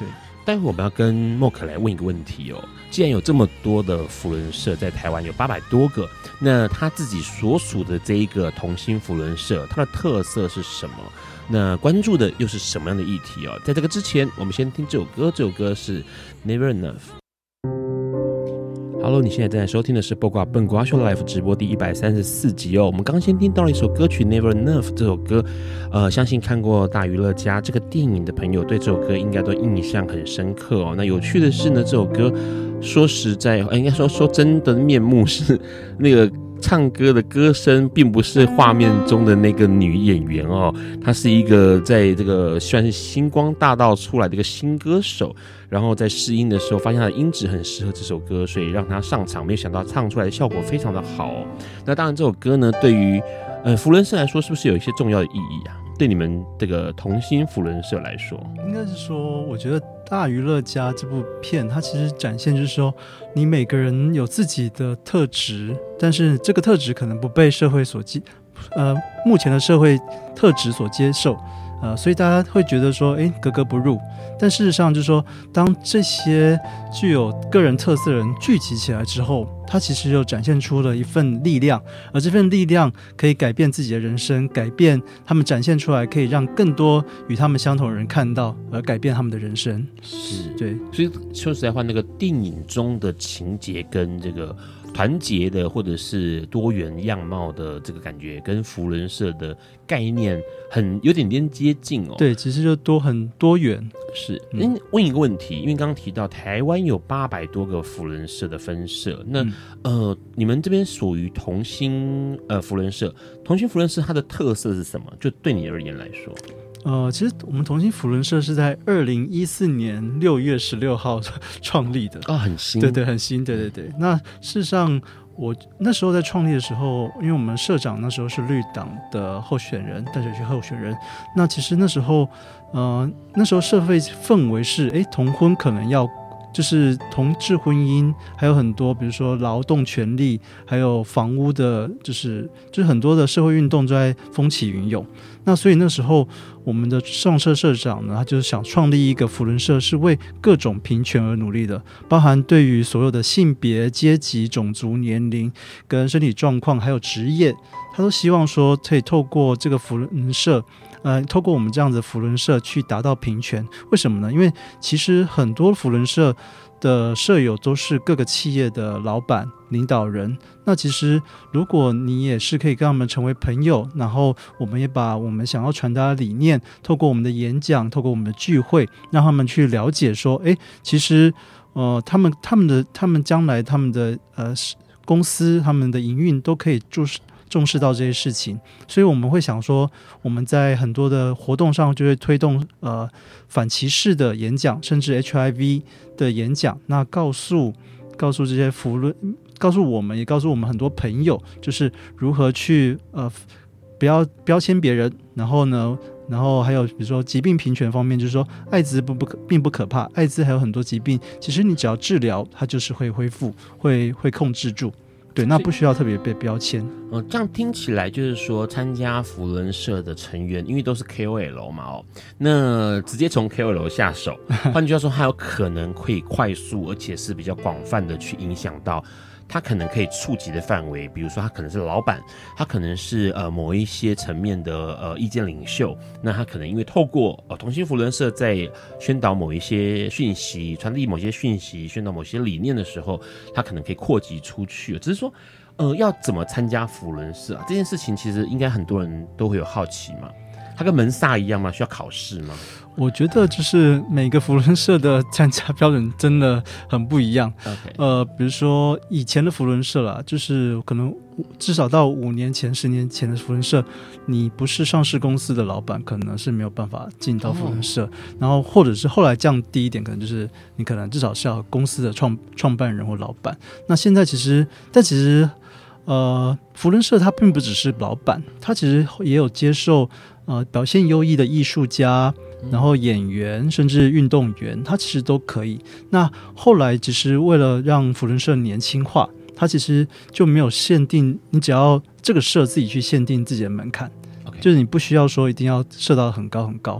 待会我们要跟默克来问一个问题哦。既然有这么多的扶轮社在台湾有八百多个，那他自己所属的这一个同心扶轮社，它的特色是什么？那关注的又是什么样的议题哦？在这个之前，我们先听这首歌，这首歌是 Never Enough。Hello， 你现在正在收听的是播瓜笨瓜秀 Live 直播第一百三十四集哦。我们刚先听到了一首歌曲 Never Enough， 这首歌，呃，相信看过《大娱乐家》这个电影的朋友，对这首歌应该都印象很深刻哦。那有趣的是呢，这首歌说实在，应该说说真的面目是那个。唱歌的歌声并不是画面中的那个女演员哦，她是一个在这个算是星光大道出来的一个新歌手，然后在试音的时候发现她的音质很适合这首歌，所以让她上场，没有想到唱出来的效果非常的好哦。那当然这首歌呢，对于呃扶轮社来说，是不是有一些重要的意义啊？对你们这个同心扶轮社来说， 应该是说，我觉得《大娱乐家》这部片，它其实展现就是说，你每个人有自己的特质，但是这个特质可能不被社会所接，呃，目前的社会特质所接受，呃，所以大家会觉得说，哎，格格不入。但事实上就是说，当这些具有个人特色的人聚集起来之后，它其实又展现出了一份力量，而这份力量可以改变自己的人生，改变他们展现出来，可以让更多与他们相同的人看到，而改变他们的人生。 是， 对。 所以说实在话，那个电影中的情节跟这个团结的或者是多元样貌的这个感觉，跟扶轮社的概念很有点点接近哦。 对，其实就多很多元。 是，嗯，问一个问题，因为刚刚提到台湾有八百多个扶轮社的分社，那、嗯、呃，你们这边属于同心呃扶轮社，同心扶轮社它的特色是什么？就对你而言来说， 呃，其实我们同心扶轮社是在二零一四年六月十六号创立的， 哦，很新， 对对，很新，对对对。那事实上，我那时候在创立的时候，因为我们社长那时候是绿党的候选人，淡水区候选人。那其实那时候，呃，那时候社会氛围是，哎，同婚可能要就是同志婚姻，还有很多比如说劳动权利，还有房屋的，就是就是很多的社会运动都在风起云涌。那所以那时候我们的上社社长呢，他就是想创立一个扶轮社，是为各种平权而努力的，包含对于所有的性别、阶级、种族、年龄跟身体状况，还有职业，他都希望说可以透过这个扶轮社，呃，透过我们这样子的扶轮社去达到平权。为什么呢？因为其实很多扶轮社的社友都是各个企业的老板、领导人。那其实如果你也是可以跟他们成为朋友，然后我们也把我们想要传达的理念，透过我们的演讲，透过我们的聚会，让他们去了解说，哎，其实呃，他们他们的他们将来他们的呃公司、他们的营运都可以就是重视到这些事情。所以我们会想说，我们在很多的活动上就会推动呃反歧视的演讲，甚至 H I V 的演讲，那告诉告诉这些扶轮，告诉我们也告诉我们很多朋友，就是如何去呃不要标签别人，然后呢然后还有比如说疾病平权方面，就是说艾滋不不可并不可怕，艾滋还有很多疾病，其实你只要治疗，它就是会恢复，会会控制住。对，那不需要特别被标签。 嗯，这样听起来就是说，参加扶轮社的成员，因为都是 K O L 嘛，哦，那直接从 K O L 下手，换句话说，它有可能可以快速，而且是比较广泛的去影响到他可能可以触及的范围，比如说他可能是老板，他可能是呃某一些层面的呃意见领袖，那他可能因为透过呃同心扶轮社在宣导某一些讯息、传递某些讯息、宣导某些理念的时候，他可能可以扩及出去。只是说，呃，要怎么参加扶轮社啊？这件事情其实应该很多人都会有好奇嘛。它跟门萨一样吗？需要考试吗？ 我觉得就是每个扶轮社的参加标准真的很不一样。 Okay. 呃，比如说以前的扶轮社啦，就是可能至少到五年前、十年前的扶轮社，你不是上市公司的老板，可能是没有办法进到扶轮社。Oh. 然后或者是后来降低一点，可能就是你可能至少是要公司的创创办人或老板。那现在其实，但其实呃，扶轮社它并不只是老板，它其实也有接受呃表现优异的艺术家。然后演员甚至运动员，他其实都可以。那后来其实为了让扶轮社年轻化，他其实就没有限定，你只要这个社自己去限定自己的门槛， okay. 就是你不需要说一定要设到很高很高。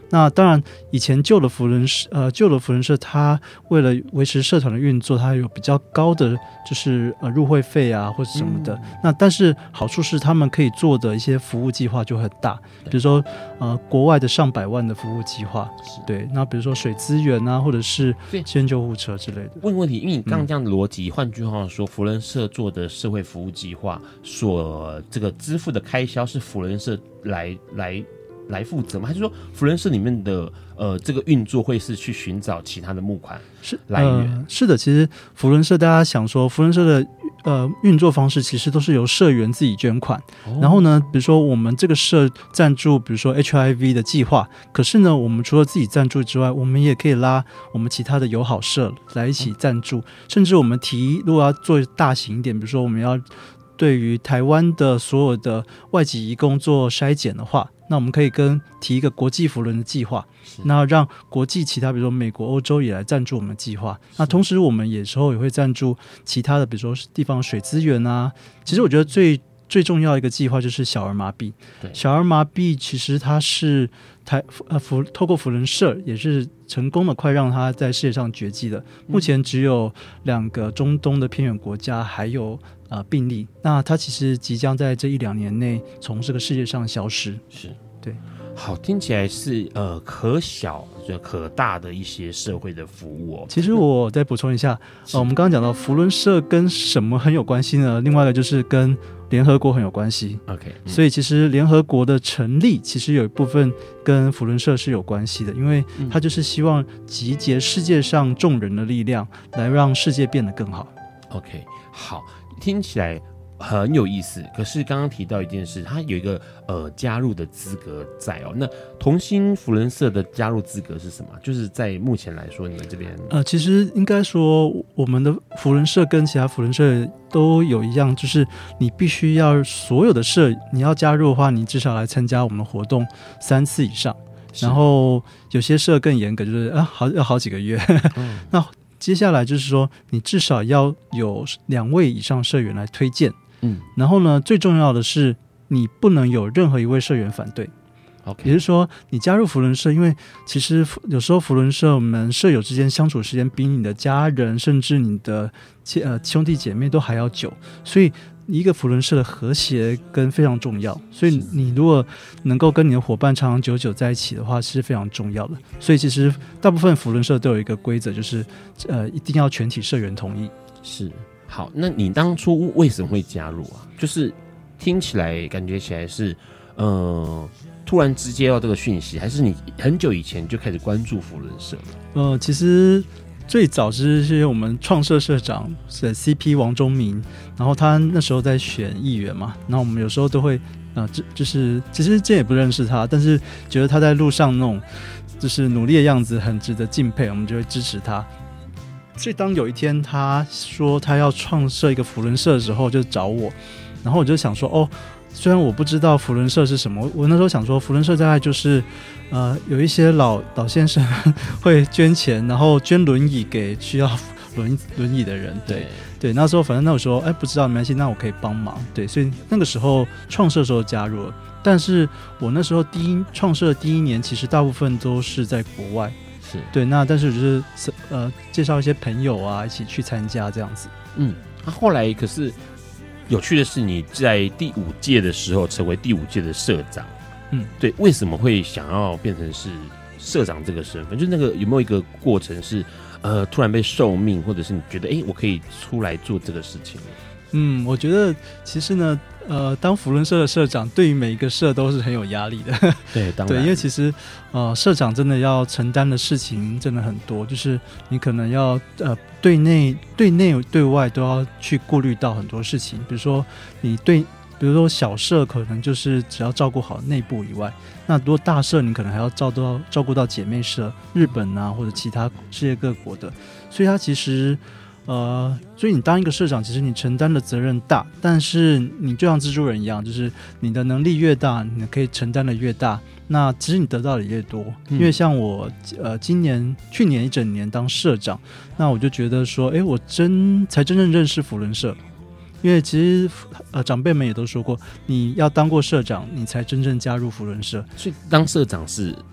那当然，以前旧的福伦社，呃，旧的福伦社，它为了维持社团的运作，它有比较高的就是呃入会费啊，或者什么的。嗯、那但是好处是，他们可以做的一些服务计划就很大，比如说呃国外的上百万的服务计划，对。那比如说水资源啊，或者是先救护车之类的。 问问题，因为你刚刚这样的逻辑，换、嗯、句话说，福伦社做的社会服务计划所这个支付的开销是福伦社来来。来负责吗？还是说福伦社里面的呃这个运作会是去寻找其他的募款来源？ 呃、是的，其实福伦社大家想说，福伦社的呃运作方式其实都是由社员自己捐款，哦、然后呢，比如说我们这个社赞助，比如说 H I V 的计划，可是呢，我们除了自己赞助之外，我们也可以拉我们其他的友好社来一起赞助，嗯、甚至我们提如果要做大型一点，比如说我们要对于台湾的所有的外籍移工做筛检的话。那我们可以跟提一个国际福伦的计划，那让国际其他比如说美国、欧洲也来赞助我们的计划。那同时我们有时候也会赞助其他的，比如说地方水资源啊。其实我觉得最最重要一个计划就是小儿麻痹。小儿麻痹其实它是台呃福透过福伦社也是成功的快让它在世界上绝迹的。目前只有两个中东的偏远国家还有。呃，病例，那它其实即将在这一两年内从这个世界上消失。 是， 对， 好，听起来是呃可小就可大的一些社会的服务哦。 其实我再补充一下，呃，我们刚刚讲到福伦社跟什么很有关系呢？另外一个就是跟联合国很有关系。 OK，嗯、 所以其实联合国的成立其实有一部分跟福伦社是有关系的，因为它就是希望集结世界上众人的力量，来让世界变得更好。 OK， 好。听起来很有意思，可是刚刚提到一件事，它有一个呃加入的资格在哦。那同心福伦社的加入资格是什么？就是在目前来说，你们这边呃，其实应该说，我们的福伦社跟其他福伦社都有一样，就是你必须要所有的社，你要加入的话，你至少来参加我们的活动三次以上。然后有些社更严格，就是啊，好要好几个月。嗯、那接下来就是说，你至少要有两位以上社员来推荐，嗯，然后呢，最重要的是，你不能有任何一位社员反对。 OK， 也就是说，你加入福伦社，因为其实有时候福伦社我们社友之间相处时间比你的家人，甚至你的呃兄弟姐妹都还要久，所以一个福伦社的和谐跟非常重要。所以你如果能够跟你的伙伴长长久久在一起的话，是非常重要的。所以其实大部分福伦社都有一个规则，就是呃一定要全体社员同意。 是，好，那你当初为什么会加入啊？就是听起来感觉起来是呃。突然直接到这个讯息，还是你很久以前就开始关注福伦社了？ 呃，其实最早是是我们创社社长是 C P 王忠明，然后他那时候在选议员嘛，然后我们有时候都会呃，就就是其实这也不认识他，但是觉得他在路上那种就是努力的样子很值得敬佩，我们就会支持他。所以当有一天他说他要创设一个福伦社的时候，就找我，然后我就想说哦。虽然我不知道福伦社是什么，我那时候想说福伦社大概就是呃有一些老老先生会捐钱，然后捐轮椅给需要轮轮椅的人。对对，那时候反正那时候哎不知道没关系，那我可以帮忙。对，所以那个时候创社的时候加入了，但是我那时候第一创社的第一年，其实大部分都是在国外。 是对，那但是就是呃介绍一些朋友啊一起去参加这样子。 嗯，他、啊、后来可是。有趣的是，你在第五届的时候成为第五届的社长，嗯，对，为什么会想要变成是社长这个身份？就是那个有没有一个过程是，呃，突然被受命，或者是你觉得，哎、欸，我可以出来做这个事情？ 嗯，我觉得其实呢，呃，当福伦社的社长，对于每一个社都是很有压力的。 对，当然， 对，因为其实呃，社长真的要承担的事情真的很多，就是你可能要呃，对内、对内、对外都要去顾虑到很多事情。比如说，你对，比如说小社可能就是只要照顾好内部以外，那如果大社你可能还要照顾到照顾到姐妹社，日本啊或者其他世界各国的，所以它其实。呃，所以你当一个社长，其实你承担的责任大，但是你就像蜘蛛人一样，就是你的能力越大，你可以承担的越大，那其实你得到的也越多。嗯、因为像我，呃，今年、去年一整年当社长，那我就觉得说，哎，我真才真正认识福伦社。因为其实呃长辈们也都说过，你要当过社长，你才真正加入福伦社。 所以当社长是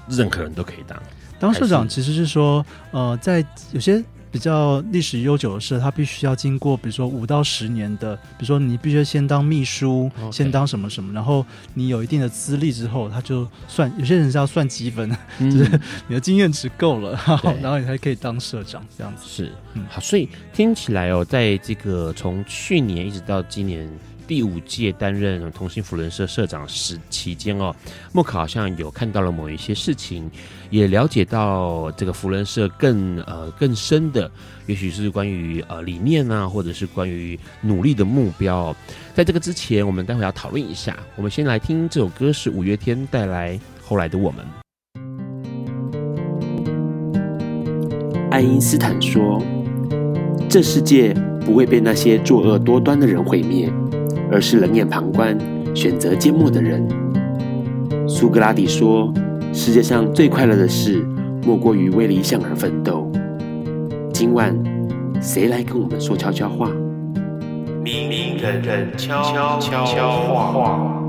任何人都可以当？ 当社长其实是说，呃，在有些比较历史悠久的社，它必须要经过，比如说五到十年的，比如说你必须先当秘书， okay. 先当什么什么，然后你有一定的资历之后，他就算有些人是要算积分，嗯、就是你的经验值够了，然后你才可以当社长这样子。 是，嗯，好，所以听起来哦，在这个从去年一直到今年第五届担任同心扶轮社社长时期间哦，莫可好像有看到了某一些事情，也了解到这个扶轮社更呃更深的，也许是关于呃理念啊，或者是关于努力的目标哦。在这个之前，我们待会要讨论一下。我们先来听这首歌，是五月天带来《后来的我们》。 爱因斯坦说：“这世界不会被那些作恶多端的人毁灭。”而是冷眼旁观、选择缄默的人。苏格拉底说：“世界上最快乐的事，莫过于为理想而奋斗。”今晚，谁来跟我们说悄悄话？明明人人悄悄话。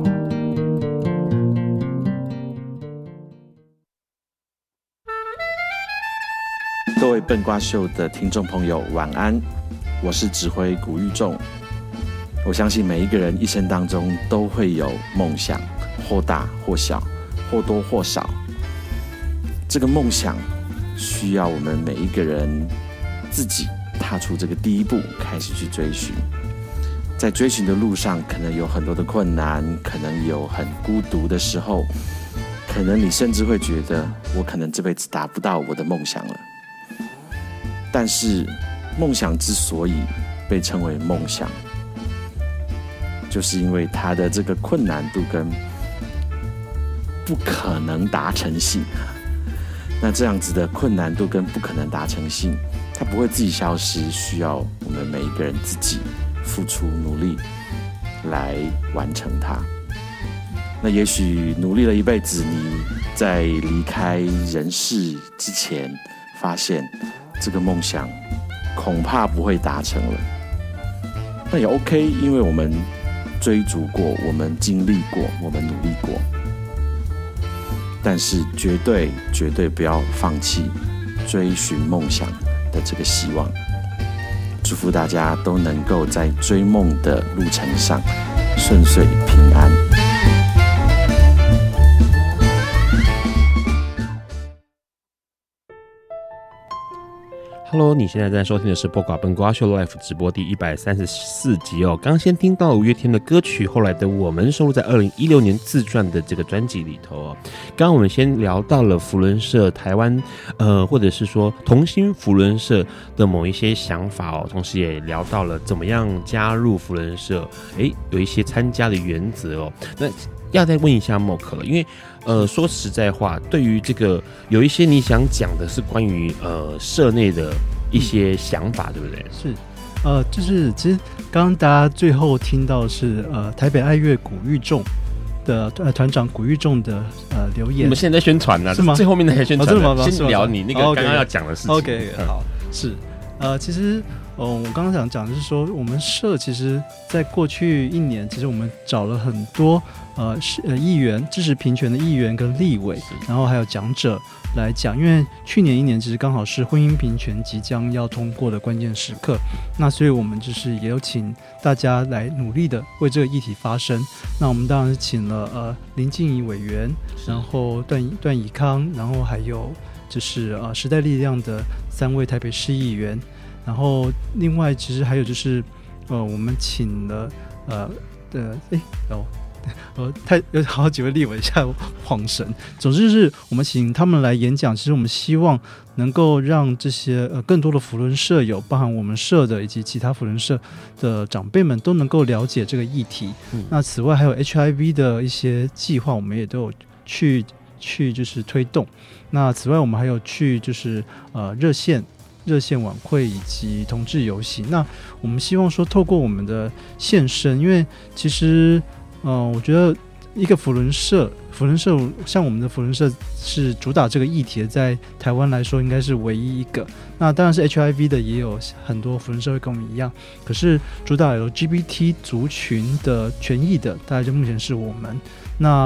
各位笨瓜秀的听众朋友，晚安！我是指挥古玉仲。我相信每一个人一生当中都会有梦想，或大或小，或多或少。这个梦想需要我们每一个人自己踏出这个第一步，开始去追寻。在追寻的路上，可能有很多的困难，可能有很孤独的时候，可能你甚至会觉得，我可能这辈子达不到我的梦想了。但是，梦想之所以被称为梦想，就是因为它的这个困难度跟不可能达成性，那这样子的困难度跟不可能达成性，它不会自己消失，需要我们每一个人自己付出努力来完成它。那也许努力了一辈子，你在离开人世之前，发现这个梦想恐怕不会达成了，那也 OK， 因为我们追逐过，我们经历过，我们努力过，但是绝对绝对不要放弃追寻梦想的这个希望。祝福大家都能够在追梦的路程上顺遂平安。 Hello， 你现在在收听的是播瓜笨瓜秀 Life 直播第一百三十四集哦。刚先听到五月天的歌曲，后来的我们收录在二零一六年自传的这个专辑里头哦。刚刚我们先聊到了扶轮社台湾，呃，或者是说同心扶轮社的某一些想法哦，同时也聊到了怎么样加入扶轮社，诶，有一些参加的原则哦。那要再问一下莫可了，因为呃，说实在话，对于这个有一些你想讲的是关于呃社内的一些想法，嗯、对不对？ 是，呃，就是其实刚刚大家最后听到的是呃台北爱乐古玉仲的呃团长古玉仲的呃留言。 我们现在在宣传呢、啊，是吗？最后面那些宣传、啊哦，先聊你那个刚刚要讲的事情。 OK，, okay、嗯、好，是呃，其实。哦，我刚刚想讲的是说，我们社其实在过去一年，其实我们找了很多呃呃议员支持平权的议员跟立委，然后还有讲者来讲，因为去年一年其实刚好是婚姻平权即将要通过的关键时刻，那所以我们就是也有请大家来努力的为这个议题发声。那我们当然是请了呃林静怡委员，然后段段以康，然后还有就是呃时代力量的三位台北市议员。然后另外其实还有就是呃我们请了呃的哎哦呃太有好几位立委一下晃神，总之就是我们请他们来演讲，其实我们希望能够让这些呃更多的扶轮社友，包含我们社的以及其他扶轮社的长辈们都能够了解这个议题、嗯、那此外还有 H I V 的一些计划我们也都有去去就是推动，那此外我们还有去就是呃热线热线晚会以及同志游行，那我们希望说透过我们的现身，因为其实呃我觉得一个扶轮社扶轮社像我们的扶轮社是主打这个议题的，在台湾来说应该是唯一一个，那当然是 H I V 的也有很多扶轮社会跟我们一样，可是主打 L G B T 族群的权益的大概就目前是我们。那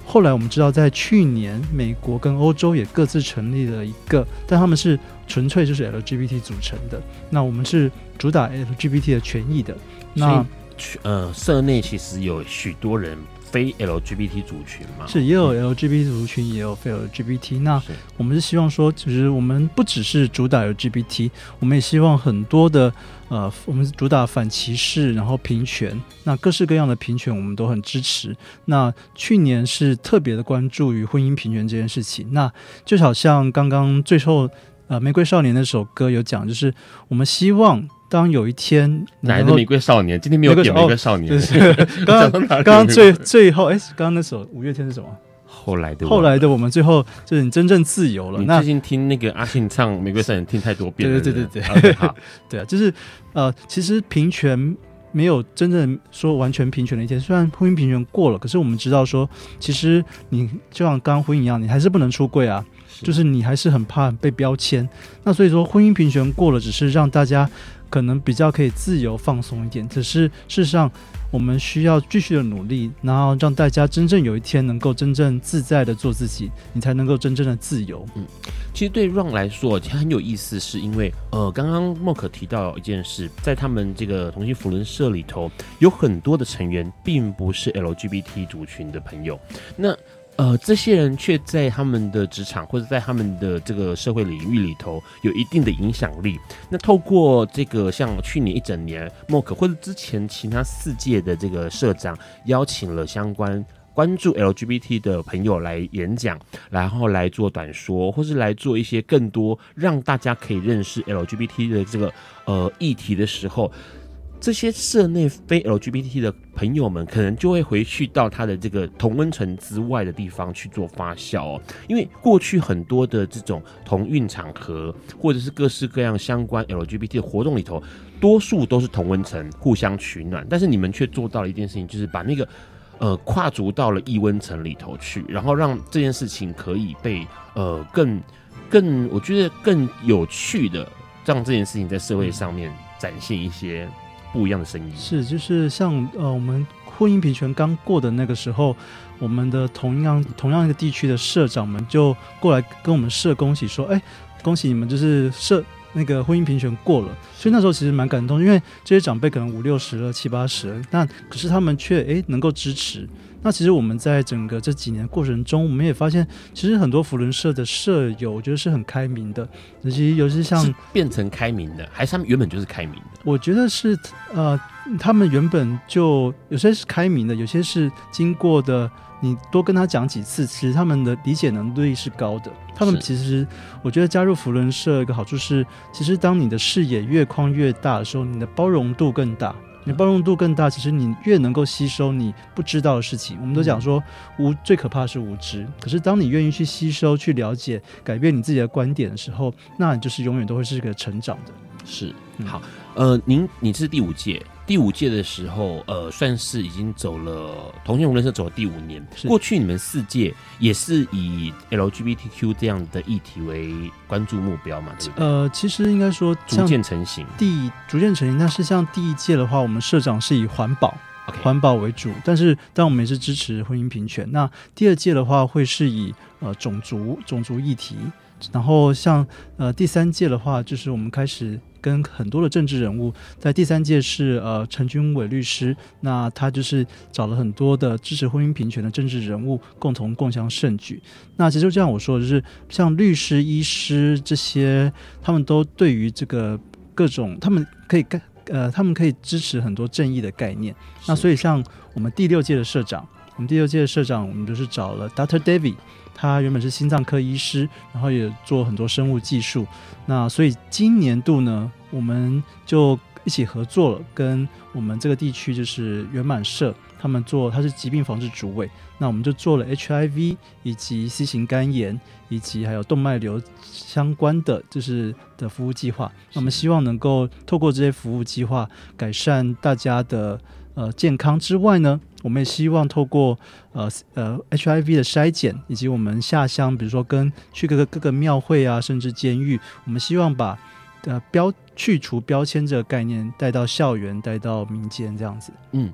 后来我们知道，在去年美国跟欧洲也各自成立了一个，但他们是纯粹就是 L G B T 组成的。那我们是主打 L G B T 的权益的。那呃，社内其实有许多人非 L G B T 族群嘛， 是也有 L G B T 族群，也有非 L G B T。那我们是希望说，其实我们不只是主打 L G B T， 我们也希望很多的呃，我们主打反歧视，然后平权，那各式各样的平权我们都很支持。那去年是特别的关注于婚姻平权这件事情。那就好像刚刚最后呃《玫瑰少年》那首歌有讲，就是我们希望。当有一天， 哪来的玫瑰少年？今天没有点玫瑰少年。 刚刚刚刚最最后，哎，刚刚那首五月天是什么？ 后来的后来的我们最后就是你真正自由了。 你最近听那个阿信唱《玫瑰少年》听太多遍了。 对对对对对。好，对啊，就是呃，其实平权没有真正说完全平权的一天。虽然婚姻平权过了，可是我们知道说，其实你就像刚刚婚姻一样，你还是不能出柜啊。就是你还是很怕被标签。那所以说，婚姻平权过了，只是让大家。可能比较可以自由放松一点，只是事实上我们需要继续的努力，然后让大家真正有一天能够真正自在的做自己，你才能够真正的自由。 嗯，其实对 Ron 来说很有意思，是因为呃，刚刚默克提到一件事，在他们这个同性扶轮社里头，有很多的成员并不是 L G B T 族群的朋友，那。呃，这些人却在他们的职场或者在他们的这个社会领域里头有一定的影响力。那透过这个像去年一整年 M O C 或者之前其他四届的这个社长邀请了相关关注 L G B T 的朋友来演讲，然后来做短说，或是来做一些更多让大家可以认识 L G B T 的这个呃议题的时候，这些社内非 L G B T 的朋友们可能就会回去到他的这个同温层之外的地方去做发酵哦，因为过去很多的这种同运场合或者是各式各样相关 L G B T 的活动里头，多数都是同温层互相取暖，但是你们却做到了一件事情，就是把那个呃跨足到了异温层里头去，然后让这件事情可以被呃更更我觉得更有趣的让这件事情在社会上面展现一些。不一样的声音是，就是像呃，我们婚姻平权刚过的那个时候，我们的同样同样一个地区的社长们就过来跟我们社恭喜说，哎，恭喜你们就是社那个婚姻平权过了。所以那时候其实蛮感动，因为这些长辈可能五六十了、七八十了，但可是他们却哎能够支持。那其实我们在整个这几年过程中，我们也发现，其实很多扶轮社的社友，我觉得是很开明的，尤其尤其像是变成开明的，还是他们原本就是开明的？ 我觉得是呃，他们原本就有些是开明的，有些是经过的。你多跟他讲几次，其实他们的理解能力是高的。他们其实，我觉得加入扶轮社一个好处是，其实当你的视野越宽越大的时候，你的包容度更大。你包容度更大，其实你越能够吸收你不知道的事情。我们都讲说无最可怕的是无知，可是当你愿意去吸收、去了解、改变你自己的观点的时候，那你就是永远都会是个成长的。 是，好，呃，您你是第五届，第五届的时候，呃，算是已经走了同性扶轮社走了第五年。过去你们四届也是以 L G B T Q 这样的议题为关注目标嘛，对不对？ 呃，其实应该说逐渐成型， 第逐渐成型。但是像第一届的话，我们社长是以环保。 Okay. 环保为主，但是当然我们也是支持婚姻平权。那第二届的话会是以呃种族种族议题，然后像呃第三届的话，就是我们开始跟很多的政治人物，在第三届是呃陈君伟律师，那他就是找了很多的支持婚姻平权的政治人物共同共襄盛举。那其实就像我说的，就是像律师、医师这些，他们都对于这个各种，他们可以呃，他们可以支持很多正义的概念。那所以像我们第六届的社长，我们第六届的社长，我们就是找了 Doctor David， 他原本是心脏科医师，然后也做很多生物技术。那所以今年度呢，我们就一起合作了，跟我们这个地区就是圆满社，他们做，他是疾病防治主委，那我们就做了 H I V 以及 C 型肝炎以及还有动脉瘤相关的就是的服务计划。那我们希望能够透过这些服务计划改善大家的呃健康之外呢，我们也希望透过呃呃 H I V 的筛检，以及我们下乡，比如说跟去各个各个庙会啊，甚至监狱，我们希望把呃标去除标签这个概念带到校园，带到民间这样子。 嗯嗯，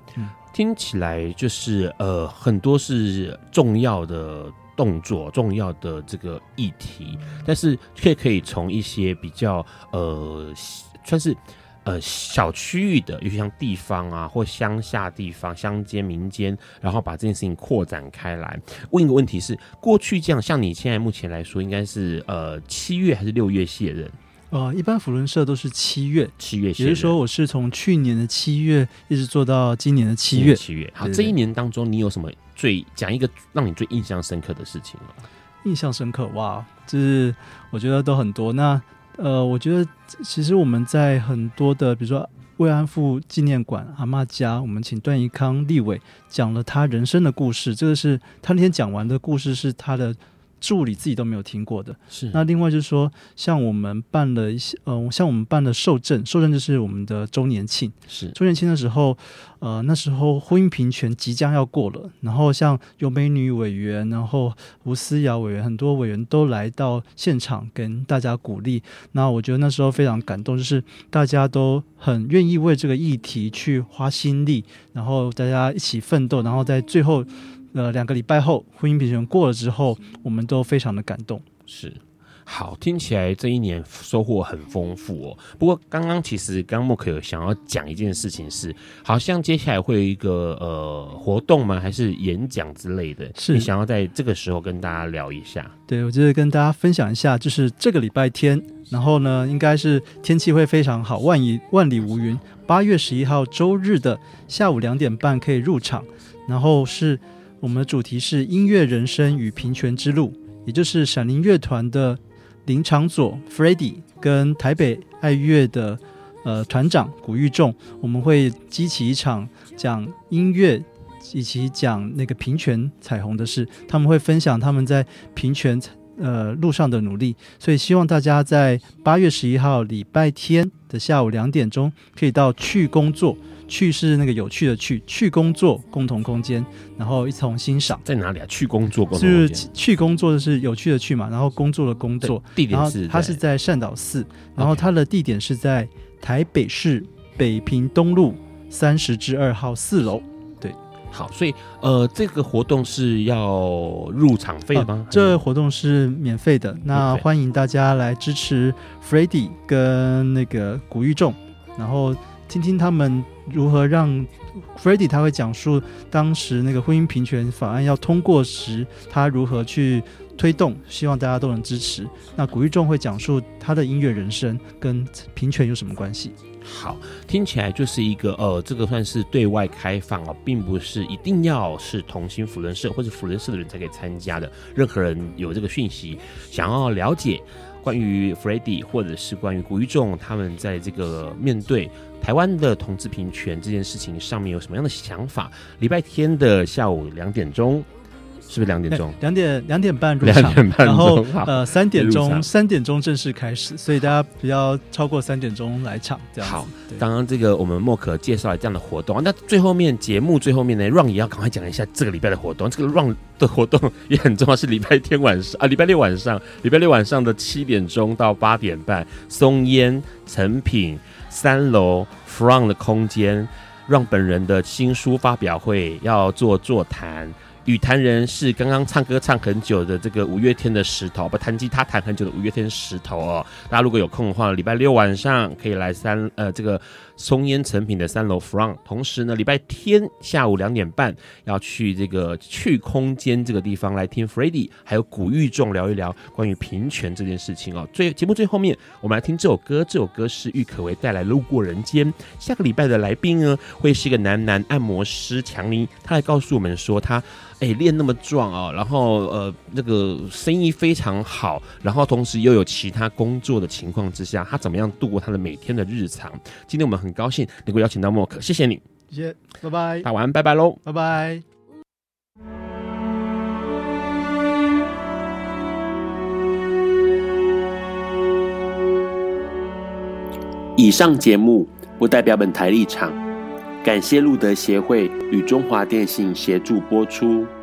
听起来就是呃很多是重要的动作、重要的这个议题，但是却可以从一些比较呃算是呃小区域的，尤其像地方啊或乡下地方、乡间民间，然后把这件事情扩展开来。问一个问题是，过去这样，像你现在目前来说，应该是呃七月还是六月卸任？ 呃，一般扶轮社都是七月， 七月卸任， 也就是说我是从去年的七月一直做到今年的七月。 七月，好，对对对，这一年当中你有什么最讲一个让你最印象深刻的事情吗？ 印象深刻，哇，就是我觉得都很多。那呃，我觉得其实我们在很多的，比如说慰安妇纪念馆、阿嬷家，我们请段宜康立委讲了他人生的故事。这个是他那天讲完的故事，是他的助理自己都没有听过的。 是。 那另外就是说，像我们办了一些，呃，像我们办了受证，受证就是我们的周年庆。 是。 周年庆的时候，呃，那时候婚姻平权即将要过了，然后像尤美女委员，然后吴思瑶委员，很多委员都来到现场跟大家鼓励。那我觉得那时候非常感动，就是大家都很愿意为这个议题去花心力，然后大家一起奋斗，然后在最后。呃，两个礼拜后，婚姻平权过了之后，我们都非常的感动。 是，好，听起来这一年收获很丰富哦。不过刚刚其实刚默克有想要讲一件事情是，好像接下来会有一个呃活动吗？还是演讲之类的？ 是你想要在这个时候跟大家聊一下？ 对，我就是跟大家分享一下，就是这个礼拜天，然后呢，应该是天气会非常好，万里万里无云。八月十一号周日的下午两点半可以入场，然后是。我们的主题是音乐人生与平权之路，也就是闪灵乐团的林长佐 Freddy 跟台北爱乐的呃团长古玉仲，我们会激起一场讲音乐以及讲那个平权彩虹的事，他们会分享他们在平权呃路上的努力，所以希望大家在八月十一号礼拜天的下午两点钟可以到去工作。去是那个有趣的去，去工作共同空间，然后一同欣赏。 在哪里啊？去工作共同空间， 就是去工作的是有趣的去嘛，然后工作的工作， 地点是它是在善导寺，然后它的地点是在台北市北平东路三十之二号四楼。对， 好，所以呃，这个活动是要入场费的吗？ 啊、这个活动是免费的，那欢迎大家来支持 Freddy 跟那个古玉仲，然后听听他们如何让 Freddy 他会讲述当时那个婚姻平权法案要通过时，他如何去推动，希望大家都能支持。那古玉仲会讲述他的音乐人生跟平权有什么关系。 好，听起来就是一个呃，这个算是对外开放哦，并不是一定要是同心扶轮社或者扶轮社的人才可以参加的。任何人有这个讯息，想要了解关于 Freddy 或者是关于古玉仲他们在这个面对台湾的同志平权这件事情上面有什么样的想法？礼拜天的下午两点钟。是不是两点钟？ 两点两点半入场， 两点半然后呃三点钟三点钟正式开始，所以大家不要超过三点钟来场。这样子。好， 刚刚这个我们默克介绍了这样的活动，那最后面节目最后面呢 ，Run 也要赶快讲一下这个礼拜的活动。这个 Run 的活动也很重要，是礼拜天晚上啊，礼拜六晚上，礼拜六晚上的七点钟到八点半，松烟诚品三楼 From 的空间，让本人的新书发表会要做座谈。与谈人是刚刚唱歌唱很久的这个五月天的石头，不弹吉他弹很久的五月天石头哦。大家如果有空的话，礼拜六晚上可以来三呃这个松烟诚品的三楼 From。同时呢，礼拜天下午两点半要去这个去空间这个地方来听 Freddy 还有古玉仲聊一聊关于平权这件事情哦。最节目最后面我们来听这首歌，这首歌是郁可唯带来《路过人间》。下个礼拜的来宾呢会是一个男男按摩师强尼，他来告诉我们说他。哎，练那么壮啊、哦，然后呃，那个生意非常好，然后同时又有其他工作的情况之下，他怎么样度过他的每天的日常？今天我们很高兴能够邀请到默克，谢谢你， 谢谢，拜拜， 大晚安，拜拜喽， 拜拜。 以上节目不代表本台立场。感谢路德协会与中华电信协助播出。